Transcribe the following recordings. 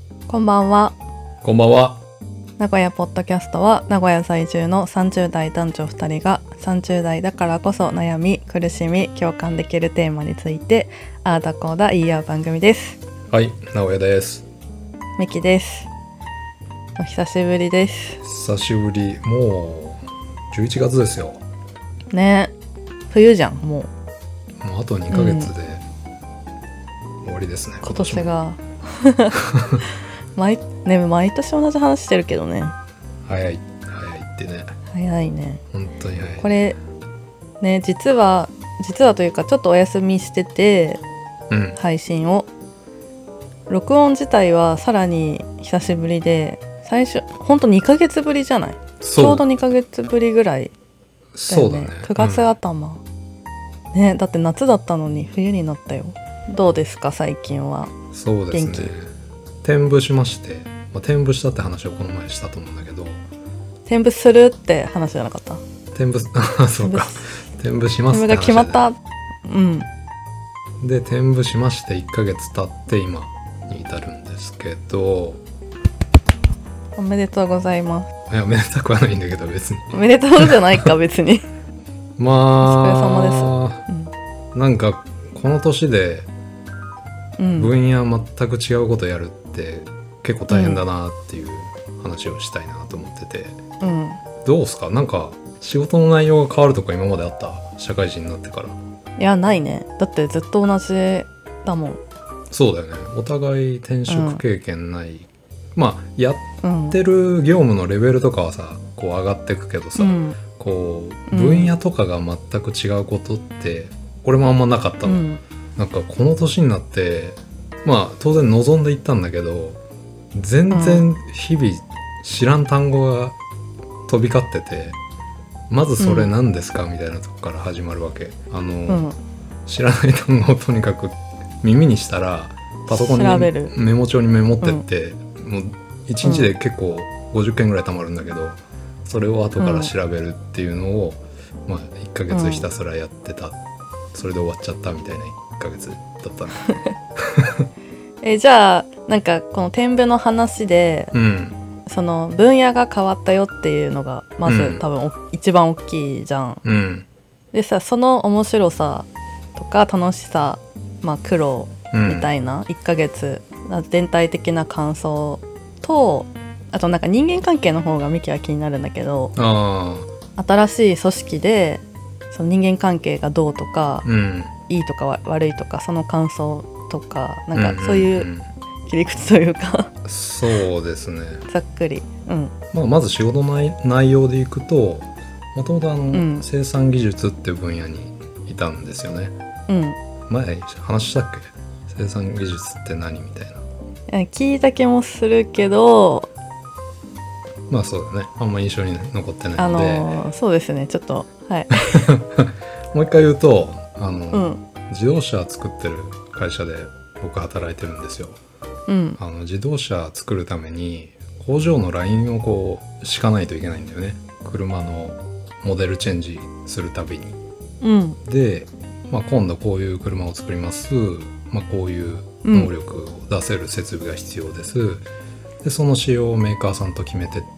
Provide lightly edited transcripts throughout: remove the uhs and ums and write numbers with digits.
こんばんは。 こんばんは。 名古屋ポッドキャストは名古屋在住の30代男女2人が30代だからこそ悩み苦しみ共感できるテーマについてああだこうだ言い合う番組です。 はい、名古屋です。 ミキです。お久しぶりです。 久しぶり。もう11月ですよ。 ね、冬じゃん。もうあと2ヶ月で終わりですね、 今年が毎年同じ話してるけどね。 早いってね。 早いね。 本当に早い。 これね、実はというかちょっとお休みしてて、配信を録音自体はさらに久しぶりで、最初ほんと2ヶ月ぶりじゃない？ちょうど2ヶ月ぶりぐらいだよね。 そうだね。 9月頭、ね、だって夏だったのに冬になったよ。どうですか最近は？ そうですね。転部しまして、転部したって話をこの前したと思うんだけど。 転部するって話じゃなかった？ そうか。転部しますって話、ね、 転部が決まった。 で転部しまして1ヶ月経って今に至るんですけど。 おめでとうございます。 いや、めでたくはないんだけど別に。 おめでとうじゃないか別にまあお疲れ様です。 なんかこの年で分野全く違うことやるって結構大変だなっていう話をしたいなと思ってて、どうすか？なんか仕事の内容が変わるとか今まであった？社会人になってから。 いや、ないね。だってずっと同じだもん。 そうだよね。お互い転職経験ない、やってる業務のレベルとかはさこう上がってくけどさ、こう分野とかが全く違うことって俺もあんまなかったの。なんかこの年になって当然望んでいったんだけど、全然日々知らん単語が飛び交ってて、まずそれ何ですかみたいなとこから始まるわけ。知らない単語をとにかく耳にしたらパソコンにメモ帳にメモってって、もう1日で結構50件ぐらい溜まるんだけど、それを後から調べるっていうのを、1ヶ月ひたすらやってた。それで終わっちゃったみたいな1ヶ月だったの。 じゃあなんかこの転部の話で、その分野が変わったよっていうのがまず、多分一番大きいじゃん。でさ、その面白さとか楽しさ、苦労みたいな1ヶ月全体的な感想と、あとなんか人間関係の方がミキは気になるんだけど、新しい組織でその人間関係がどうとか、いいとか悪いとか、その感想とか、なんかそういう切り口というかそうですね、 ざっくり。 まず仕事の内容でいくと、もともと生産技術って分野にいたんですよね。前話したっけ？生産技術って何みたいな。 聞いた気もするけど、 そうだね、あんま印象に残ってないので、 そうですね、ちょっとはいもう一回言うと自動車作ってる会社で僕働いてるんですよ。自動車作るために工場のラインをこう敷かないといけないんだよね。車のモデルチェンジするたびに。で、今度こういう車を作ります。こういう能力を出せる設備が必要です。で、その仕様をメーカーさんと決めてって、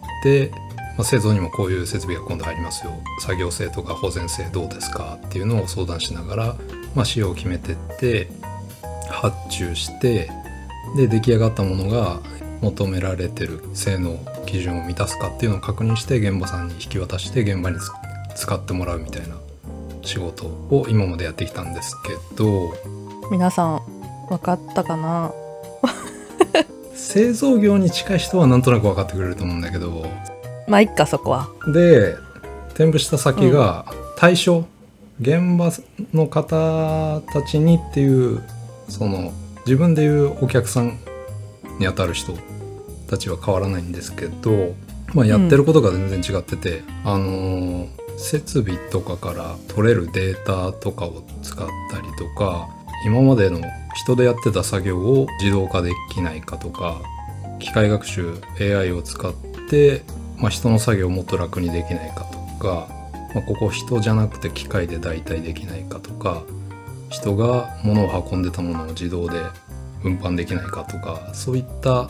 製造にもこういう設備が今度入りますよ。作業性とか保全性どうですかっていうのを相談しながら、仕様を決めてって発注して、で出来上がったものが求められてる性能基準を満たすかっていうのを確認して、現場さんに引き渡して現場に使ってもらうみたいな仕事を今までやってきたんですけど、 皆さん分かったかな？ 製造業に近い人はなんとなく分かってくれると思うんだけど、 いっか、そこは。で転部した先が対象、現場の方たちにっていう、その自分でいうお客さんに当たる人たちは変わらないんですけど、やってることが全然違ってて、設備とかから取れるデータとかを使ったりとか、今までの人でやってた作業を自動化できないかとか、機械学習 AI を使って、人の作業をもっと楽にできないかとか、ここ人じゃなくて機械で代替できないかとか、人が物を運んでたものを自動で運搬できないかとか、そういった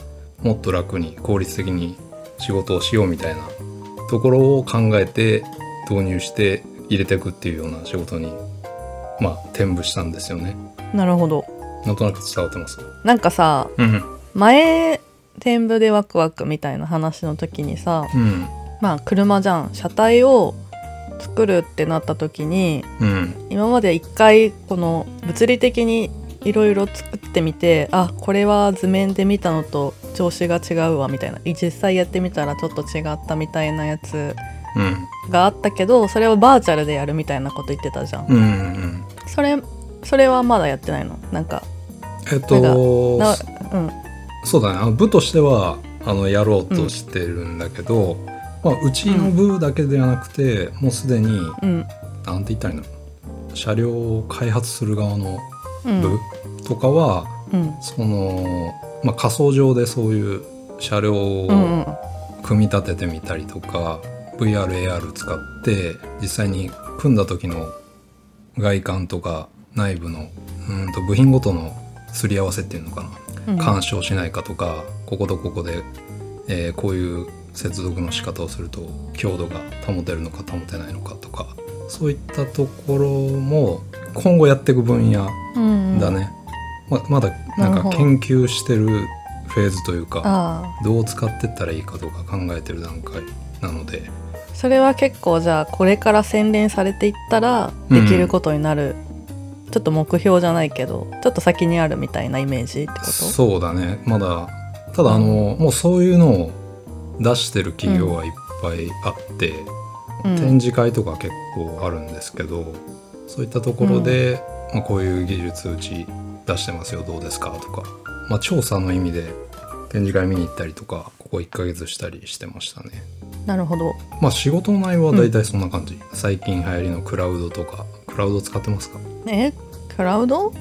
もっと楽に効率的に仕事をしようみたいなところを考えて導入して入れていくっていうような仕事に転部したんですよね。 なるほど。 なんとなく伝わってます？ なんかさ、前転部でワクワクみたいな話の時にさ、車じゃん、車体を作るってなった時に、今まで一回この物理的にいろいろ作ってみて、これは図面で見たのと調子が違うわみたいな、実際やってみたらちょっと違ったみたいなやつがあったけど、それをバーチャルでやるみたいなこと言ってたじゃん。それはまだやってないの？なんかそうだね、部としてはやろうとしてるんだけど、うちの部だけではなくて、もうすでに、なんて言ったらいいの、車両を開発する側の部とかは、その、仮想上でそういう車両を組み立ててみたりとか、VR、AR 使って実際に組んだ時の外観とか内部の部品ごとのすり合わせっていうのかな、干渉しないかとか、こことここで、こういう接続の仕方をすると強度が保てるのか保てないのかとか、そういったところも今後やっていく分野だね。まだなんか研究してるフェーズというか、どう使っていったらいいかとか考えてる段階なので、 それは結構じゃあこれから洗練されていったらできることになる、ちょっと目標じゃないけどちょっと先にあるみたいなイメージってこと？ そうだね。まだただもうそういうのを出してる企業はいっぱいあって、展示会とか結構あるんですけど、そういったところで、こういう技術うち出してますよどうですかとか、調査の意味で展示会見に行ったりとか、ここ1ヶ月したりしてましたね。 なるほど。 仕事の内容はだいたいそんな感じ、最近流行りのクラウドとか。クラウド使ってますか？ クラウド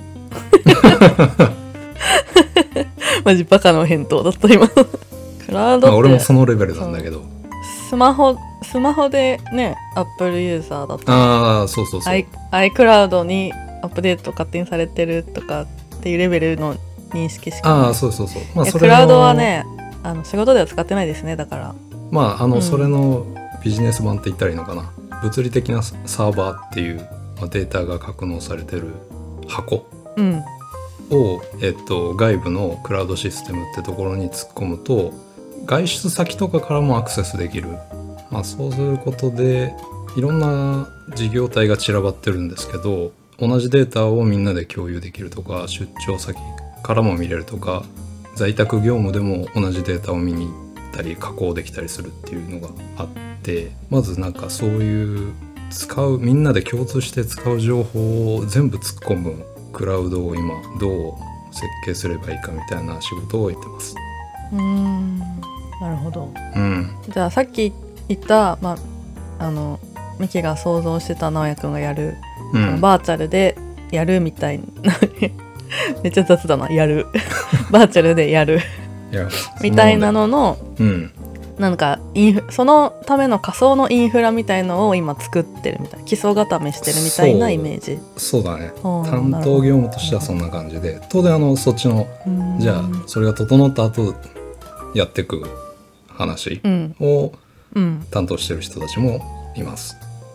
マジバカの返答だった今。クラウドって、 俺もそのレベルなんだけど、 スマホでね、アップルユーザーだと、 そうそう、 iCloud にアップデート勝手にされてるとかっていうレベルの認識しかない。 そうそれクラウドはね、仕事では使ってないですね。だからそれのビジネス版って言ったらいいのかな、物理的なサーバーっていうデータが格納されてる箱を、外部のクラウドシステムってところに突っ込むと、外出先とかからもアクセスできる。そうすることでいろんな事業体が散らばってるんですけど、同じデータをみんなで共有できるとか、出張先からも見れるとか、在宅業務でも同じデータを見に行ったり加工できたりするっていうのがあって、まずなんかそういうみんなで共通して使う情報を全部突っ込むクラウドを今どう設計すればいいかみたいな仕事をやってます。 なるほど。じゃあさっき言った、ミキが想像してた直哉くんがやる、バーチャルでやるみたいなめっちゃ雑だな、やるバーチャルでやるみたいなのの、なんかそのための仮想のインフラみたいのを今作ってるみたいな、基礎固めしてるみたいなイメージ。 そうだね。担当業務としてはそんな感じで、当然そっちのじゃあそれが整った後やっていく話を担当してる人たちもいます。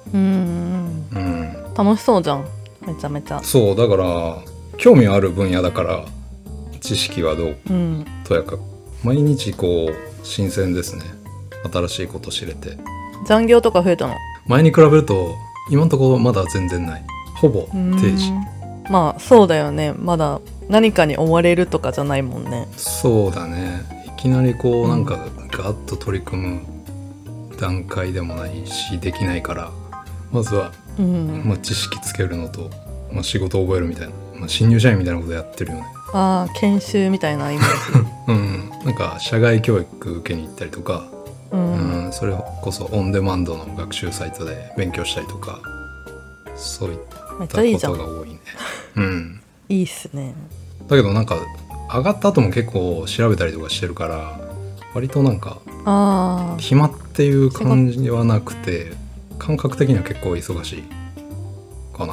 楽しそうじゃん、めちゃめちゃ。 そうだから興味ある分野だから、知識はとやかく毎日こう新鮮ですね。新しいこと知れて。 残業とか増えたの？ 前に比べると今のところまだ全然ない。ほぼ定時。 そうだよね。まだ何かに追われるとかじゃないもんね。 そうだね。いきなりこうなんかガッと取り組む段階でもないし、できないから、まずは、知識つけるのと、仕事を覚えるみたいな、新入社員みたいなことやってるよね。 研修みたいなイメージ。なんか社外教育受けに行ったりとか、それこそオンデマンドの学習サイトで勉強したりとか、そういったことが多いね。 いいっすね。 だけどなんか上がった後も結構調べたりとかしてるから、割となんか暇っていう感じはなくて、感覚的には結構忙しいかな。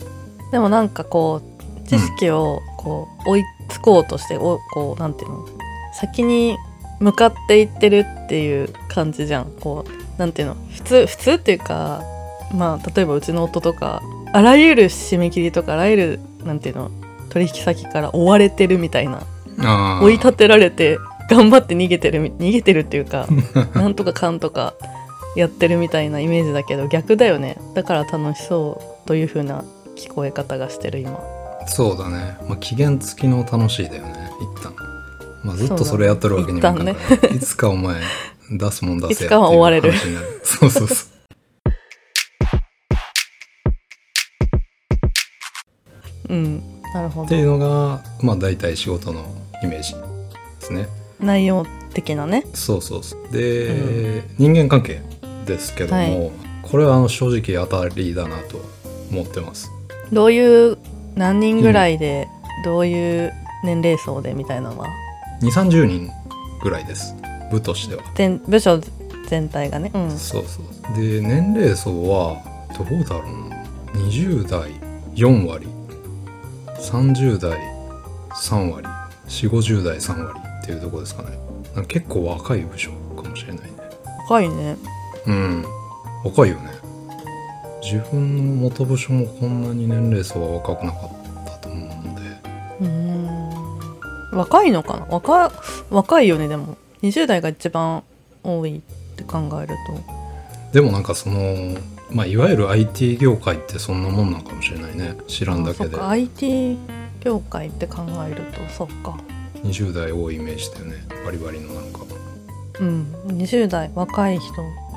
でもなんかこう知識をこう追いつこうとして、こうなんていうの、 先に向かっていってるっていう感じじゃん。こうなんていうの、普通っていうか、まあ例えばうちの夫とかあらゆる締め切りとかあらゆるなんていうの取引先から追われてるみたいな、追い立てられて頑張って逃げてるっていうかなんとかかんとかやってるみたいなイメージだけど、逆だよね。だから楽しそうという風な聞こえ方がしてる今。 そうだね、まあ、期限付きの楽しいだよね一旦。まあ、ずっとそれやってるわけにもいかんから、ね、いつかお前出すもん出せいつかは追われる。 そうそうそうなるほど。 っていうのがまあ大体仕事のイメージですね。 内容的なね。 そうそうそう。で、人間関係ですけども、はい、これは正直当たりだなと思ってます。 どういう何人ぐらいで、どういう年齢層でみたいなのは 2,30 人ぐらいです、部としては。 部署全体がね、 そうそう。で年齢層はどうだろうな、20代4割、30代3割、4050代3割っていうところですかね。結構若い部署かもしれないね。 若いね。 若いよね。自分の元部署もこんなに年齢層は若くなかったと思うので。若いのかな。若いよね。でも20代が一番多いって考えると。 でもなんかそのまあいわゆる IT 業界ってそんなもんなのかもしれないね、知らんだけで。 そっか、 IT 業界って考えるとそっか、 20代多いイメージだよね、バリバリのなんか。 20代若い人。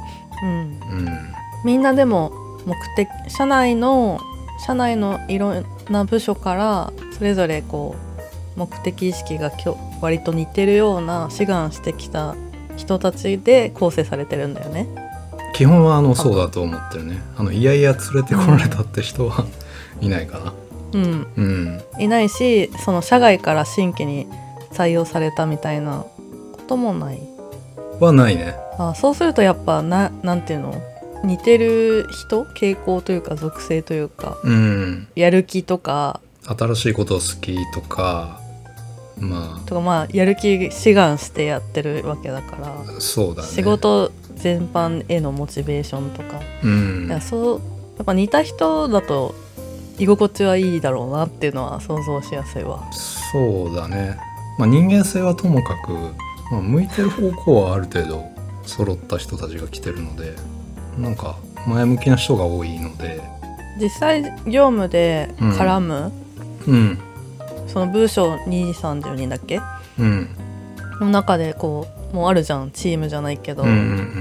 みんなでも社内のいろんな部署からそれぞれこう目的意識が割と似てるような志願してきた人たちで構成されてるんだよね。 基本はそうだと思ってるね。いやいや連れてこられたって人はいないかな。 いないし、その社外から新規に採用されたみたいなこともないはないね。 そうするとやっぱなんていうの、似てる人、傾向というか属性というか、やる気とか新しいことを好きとか、まあやる気志願してやってるわけだから。 そうだね。 仕事全般へのモチベーションとか、やっぱ似た人だと居心地はいいだろうなっていうのは想像しやすいわ。 そうだね。人間性はともかく、向いてる方向はある程度揃った人たちが来てるので、なんか前向きな人が多いので。 実際業務で絡む、その部署230人だっけ、の中でこうもうあるじゃん、チームじゃないけど、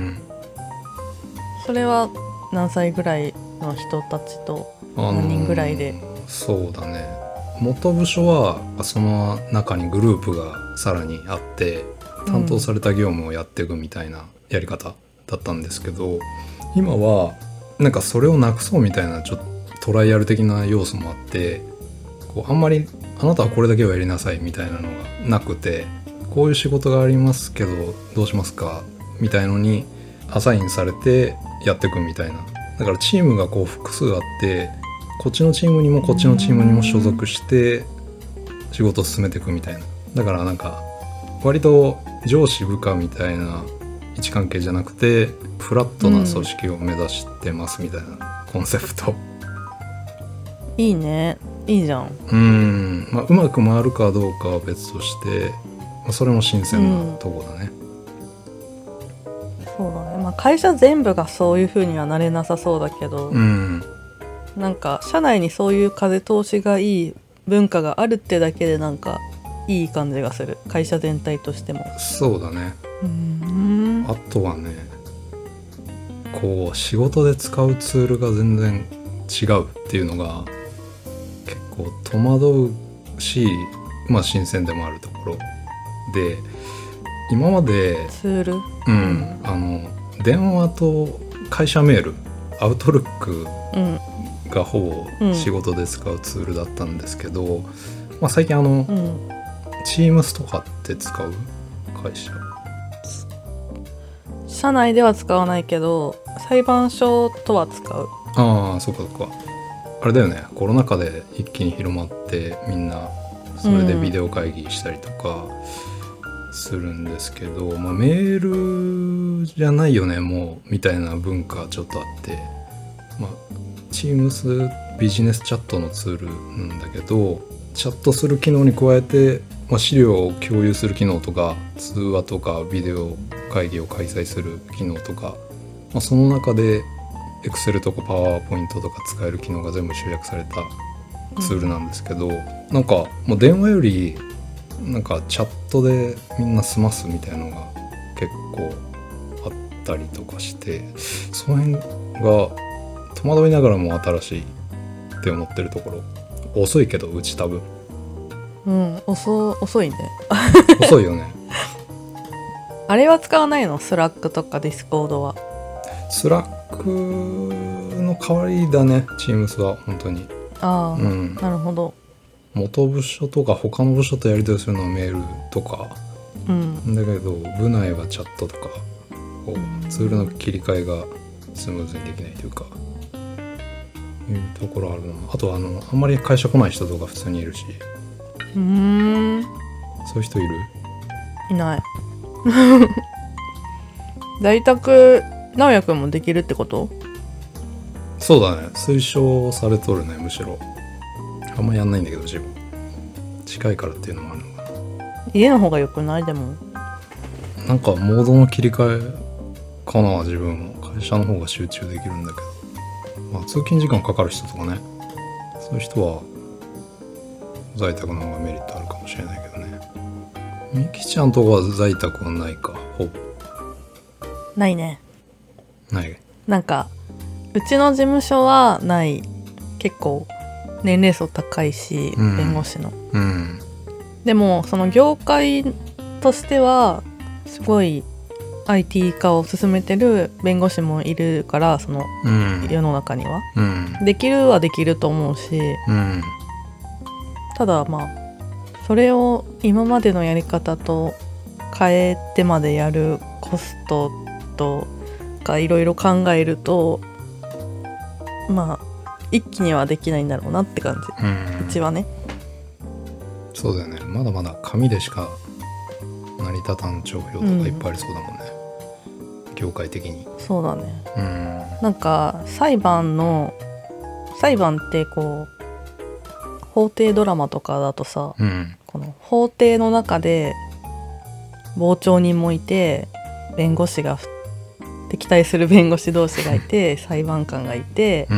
それは何歳ぐらいの人たちと何人ぐらいで。 そうだね、元部署はその中にグループがさらにあって担当された業務をやっていくみたいなやり方だったんですけど、今はなんかそれをなくそうみたいなちょっとトライアル的な要素もあって、こうあんまりあなたはこれだけをやりなさいみたいなのがなくて、こういう仕事がありますけどどうしますかみたいのにアサインされてやっていくみたいな。だからチームがこう複数あって、こっちのチームにもこっちのチームにも所属して仕事を進めていくみたいな。だからなんか割と上司部下みたいな位置関係じゃなくてフラットな組織を目指してますみたいなコンセプト。 いいね、いいじゃん。 うまく回るかどうかは別として、それも新鮮なとこだね。 そうだね。会社全部がそういう風にはなれなさそうだけど、なんか社内にそういう風通しがいい文化があるってだけでなんかいい感じがする、会社全体としても。 そうだね。あとはね、こう仕事で使うツールが全然違うっていうのが結構戸惑うし、新鮮でもあるところで、今までツール、 電話と会社メール、アウトルックがほぼ仕事で使うツールだったんですけど、最近Teams とかって使う？会社社内では使わないけど裁判所とは使う。 そうかそうか。あれだよね、コロナ禍で一気に広まってみんなそれでビデオ会議したりとか、 するんですけど、メールじゃないよねもうみたいな文化ちょっとあって、Teams ビジネスチャットのツールなんだけど、チャットする機能に加えて、資料を共有する機能とか通話とかビデオ会議を開催する機能とか、その中で Excel とか PowerPoint とか使える機能が全部集約されたツールなんですけど、なんかもう電話よりなんかチャットでみんな済ますみたいなのが結構あったりとかして、その辺が戸惑いながらも新しいって思ってるところ。遅いけどうち多分遅いね遅いよねあれは使わないの？スラックとかディスコードは。 スラックの代わりだね、Teamsは本当に。 なるほど。 元部署とか他の部署とやり取りするのはメールとか、だけど部内はチャットとかツールの切り替えがスムーズにできないというかいうところあるな。あとあんまり会社来ない人とか普通にいるし。そういう人いる？ いない在宅直哉くんもできるってこと？ そうだね、推奨されとるね。むしろあんまやんないんだけど自分近いからっていうのもあるのかな。 家の方がよくない？でもなんかモードの切り替えかな。自分も会社の方が集中できるんだけど、通勤時間かかる人とかね、そういう人は在宅の方がメリットあるかもしれないけどね。みきちゃんとかは在宅はないか？ほぼないね。 ない。 なんかうちの事務所はない。結構年齢層高いし、弁護士の、でもその業界としてはすごい IT 化を進めてる弁護士もいるから、その世の中には、できるはできると思うし、ただそれを今までのやり方と変えてまでやるコストとかいろいろ考えると一気にはできないんだろうなって感じ、うちはね。 そうだよね、まだまだ紙でしか成り立たん帳票とかいっぱいありそうだもんね、業界的に。 そうだね、なんか裁判って法廷ドラマとかだとさ、この法廷の中で傍聴人もいて弁護士が敵対する弁護士同士がいて裁判官がいて、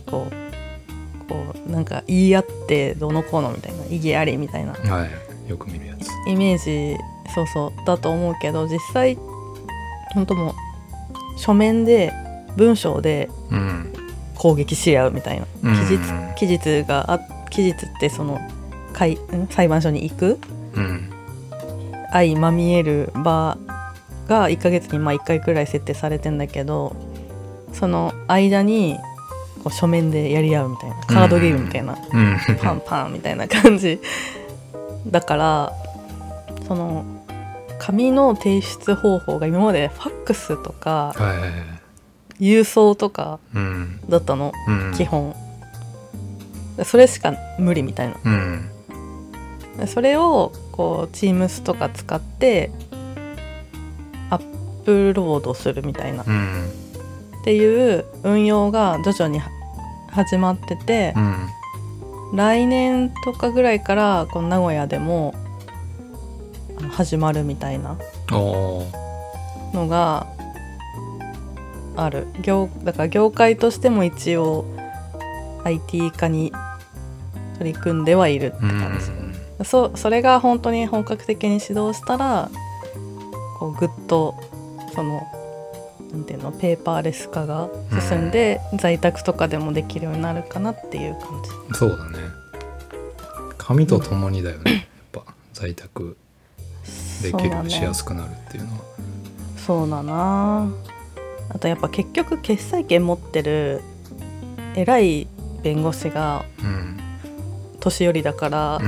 なんか言い合ってどうのこうのみたいな、意義ありみたいな、 よく見るやつイメージだと思うけど、実際本当もう書面で文章で攻撃し合うみたいな、期日ってその裁判所に行く、相まみえる場が1ヶ月に1回くらい設定されてんだけど、その間に書面でやり合うみたいな、カードゲームみたいな、パンパンみたいな感じだから、その紙の提出方法が今までファックスとか、郵送とかだったの、基本それしか無理みたいな、それをTeams とか使ってアップロードするみたいな、っていう運用が徐々に始まってて、来年とかぐらいからこの名古屋でも始まるみたいなのがある。だから業界としても一応 IT 化に取り組んではいるって感じ、それが本当に本格的に始動したらぐっとそのなんていうの、ペーパーレス化が進んで、在宅とかでもできるようになるかなっていう感じ。 そうだね、紙とともにだよね、やっぱ在宅できる、しやすくなるっていうのは。 そうだな。あとやっぱ結局決裁権持ってる偉い弁護士が年寄りだから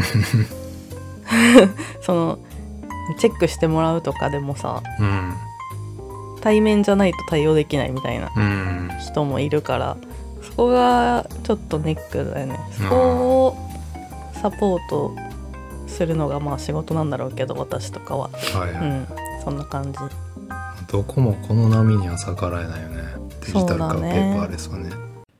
そのチェックしてもらうとかでもさ、対面じゃないと対応できないみたいな人もいるから、そこがちょっとネックだよね。そこをサポートするのがまあ仕事なんだろうけど、私とかは、 はいはい、 そんな感じ。 どこもこの波には逆らえないよね、デジタルかペーパーレスはね。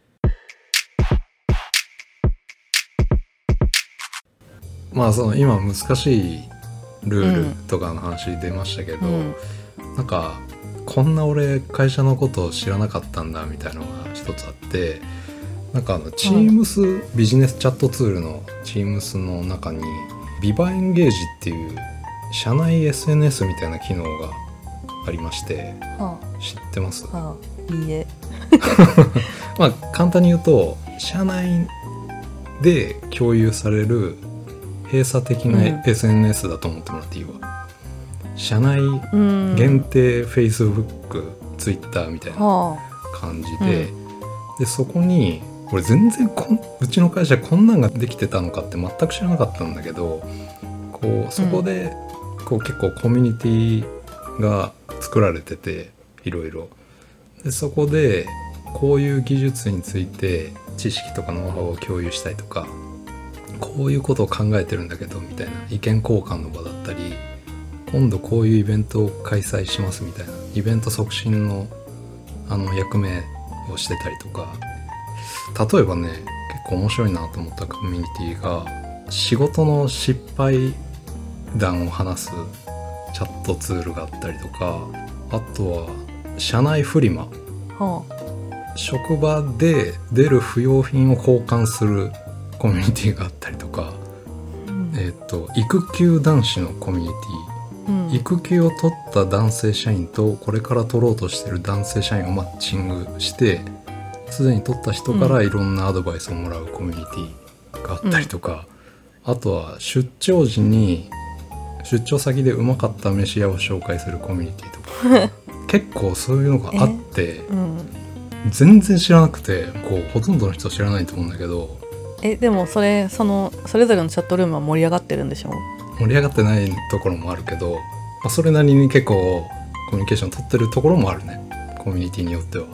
まあその今難しいルールとかの話出ましたけど、なんかこんな俺会社のことを知らなかったんだみたいなのが一つあって、なんかTeams、ビジネスチャットツールの Teams の中にビバエンゲージっていう社内 SNS みたいな機能がありまして、知ってます？ いいえまあ簡単に言うと、社内で共有される閉鎖的な SNS だと思ってもらっていいわ。社内限定 Facebook、Twitter みたいな感じで、でそこに俺全然うちの会社こんなんができてたのかって全く知らなかったんだけど、こうそこでこう結構コミュニティが作られてて、いろいろでそこでこういう技術について知識とかノウハウを共有したいとか、こういうことを考えてるんだけどみたいな意見交換の場だったり、今度こういうイベントを開催しますみたいなイベント促進の役目をしてたりとか、例えばね、結構面白いなと思ったコミュニティが、仕事の失敗談を話すチャットツールがあったりとか、あとは社内フリマ、職場で出る不要品を交換するコミュニティがあったりとか、育休男子のコミュニティ、育休を取った男性社員とこれから取ろうとしている男性社員をマッチングして、すでに取った人からいろんなアドバイスをもらうコミュニティがあったりとか、あとは出張時に出張先でうまかった飯屋を紹介するコミュニティとか結構そういうのがあって、全然知らなくて、こうほとんどの人知らないと思うんだけど、 でもそれぞれのチャットルームは盛り上がってるんでしょ？ 盛り上がってないところもあるけど、それなりに結構コミュニケーション取ってるところもあるね、コミュニティによっては。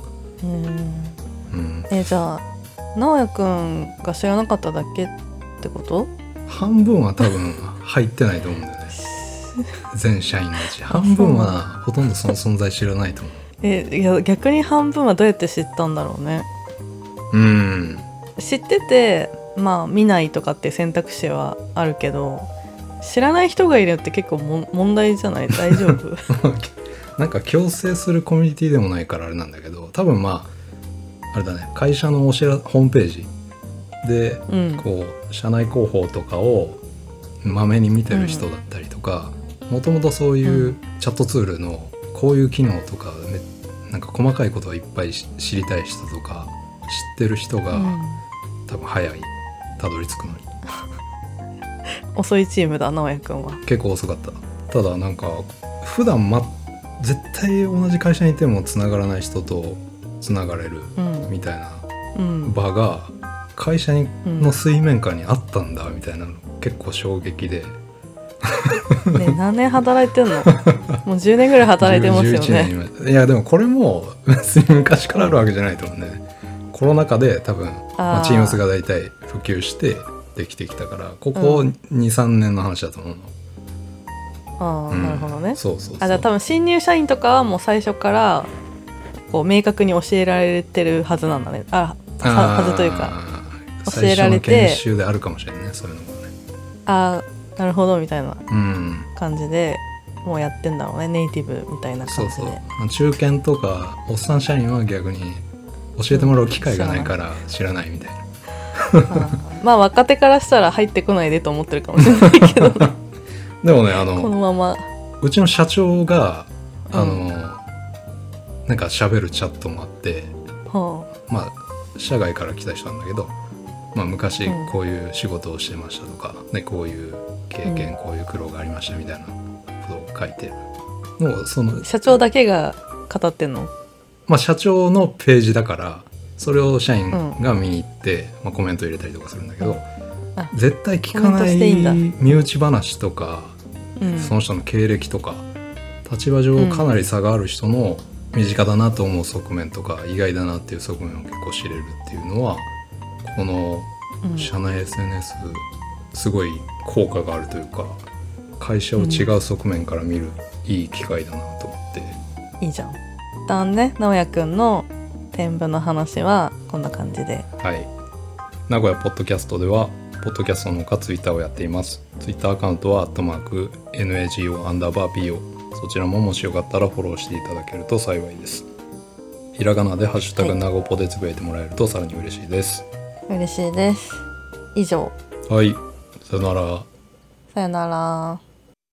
じゃあ直哉くんが知らなかっただけってこと？ 半分は多分入ってないと思うんだよね全社員のうち半分はほとんどその存在知らないと思う。 いや逆に半分はどうやって知ったんだろうね。知っててまあ見ないとかって選択肢はあるけど、知らない人がいるって結構問題じゃない？大丈夫？ なんか強制するコミュニティでもないからあれなんだけど、多分まああれだね、会社のホームページで、こう社内広報とかをまめに見てる人だったりとか、もともとそういうチャットツールのこういう機能とか、なんか細かいことをいっぱい知りたい人とか知ってる人が、多分早い、たどり着くのに遅いチームだ、直哉くんは。 結構遅かった。ただなんか普段絶対同じ会社にいてもつながらない人とつながれるみたいな場が会社の水面下にあったんだみたいなの結構衝撃でね、何年働いてんの？もう10年ぐらい働いてますよね。 11年。いやでもこれも別に昔からあるわけじゃないと思うんで、ね、コロナ禍で多分Teamsが大体普及してできてきたから、ここ 2,3 年の話だと思うの。 なるほどね。 そう。 じゃあ多分新入社員とかはもう最初からこう明確に教えられてるはずなんだね。はずというか教えられて、 最初の研修であるかもしれないね、そういうのもね。 なるほどみたいな感じで、もうやってんだろうね、ネイティブみたいな感じで。 そう中堅とかおっさん社員は逆に教えてもらう機会がないから知らないみたいな。 まあ若手からしたら入ってこないでと思ってるかもしれないけどでもね、 このままうちの社長がなんか喋るチャットもあって、まあ社外から来た人なんだけど、昔こういう仕事をしてましたとか、こういう経験、こういう苦労がありましたみたいなことを書いて、もうその社長だけが語ってんの？ 社長のページだからそれを社員が見に行って、コメント入れたりとかするんだけど、絶対聞かない身内話とか、その人の経歴とか立場上かなり差がある人の身近だなと思う側面とか、意外だなっていう側面を結構知れるっていうのは、この社内 SNS すごい効果があるというか、会社を違う側面から見るいい機会だなと思って、 いいじゃん。一旦ね、直哉くんの天文の話はこんな感じで。 はい。名古屋ポッドキャストではポッドキャストのほかツイッターをやっています。ツイッターアカウントは@NAGO_PO、そちらももしよかったらフォローしていただけると幸いです。ひらがなでハッシュタグなごぽでつぶやいてもらえるとさらに嬉しいです。 嬉しいです。以上。 はい、さよなら。 さよなら。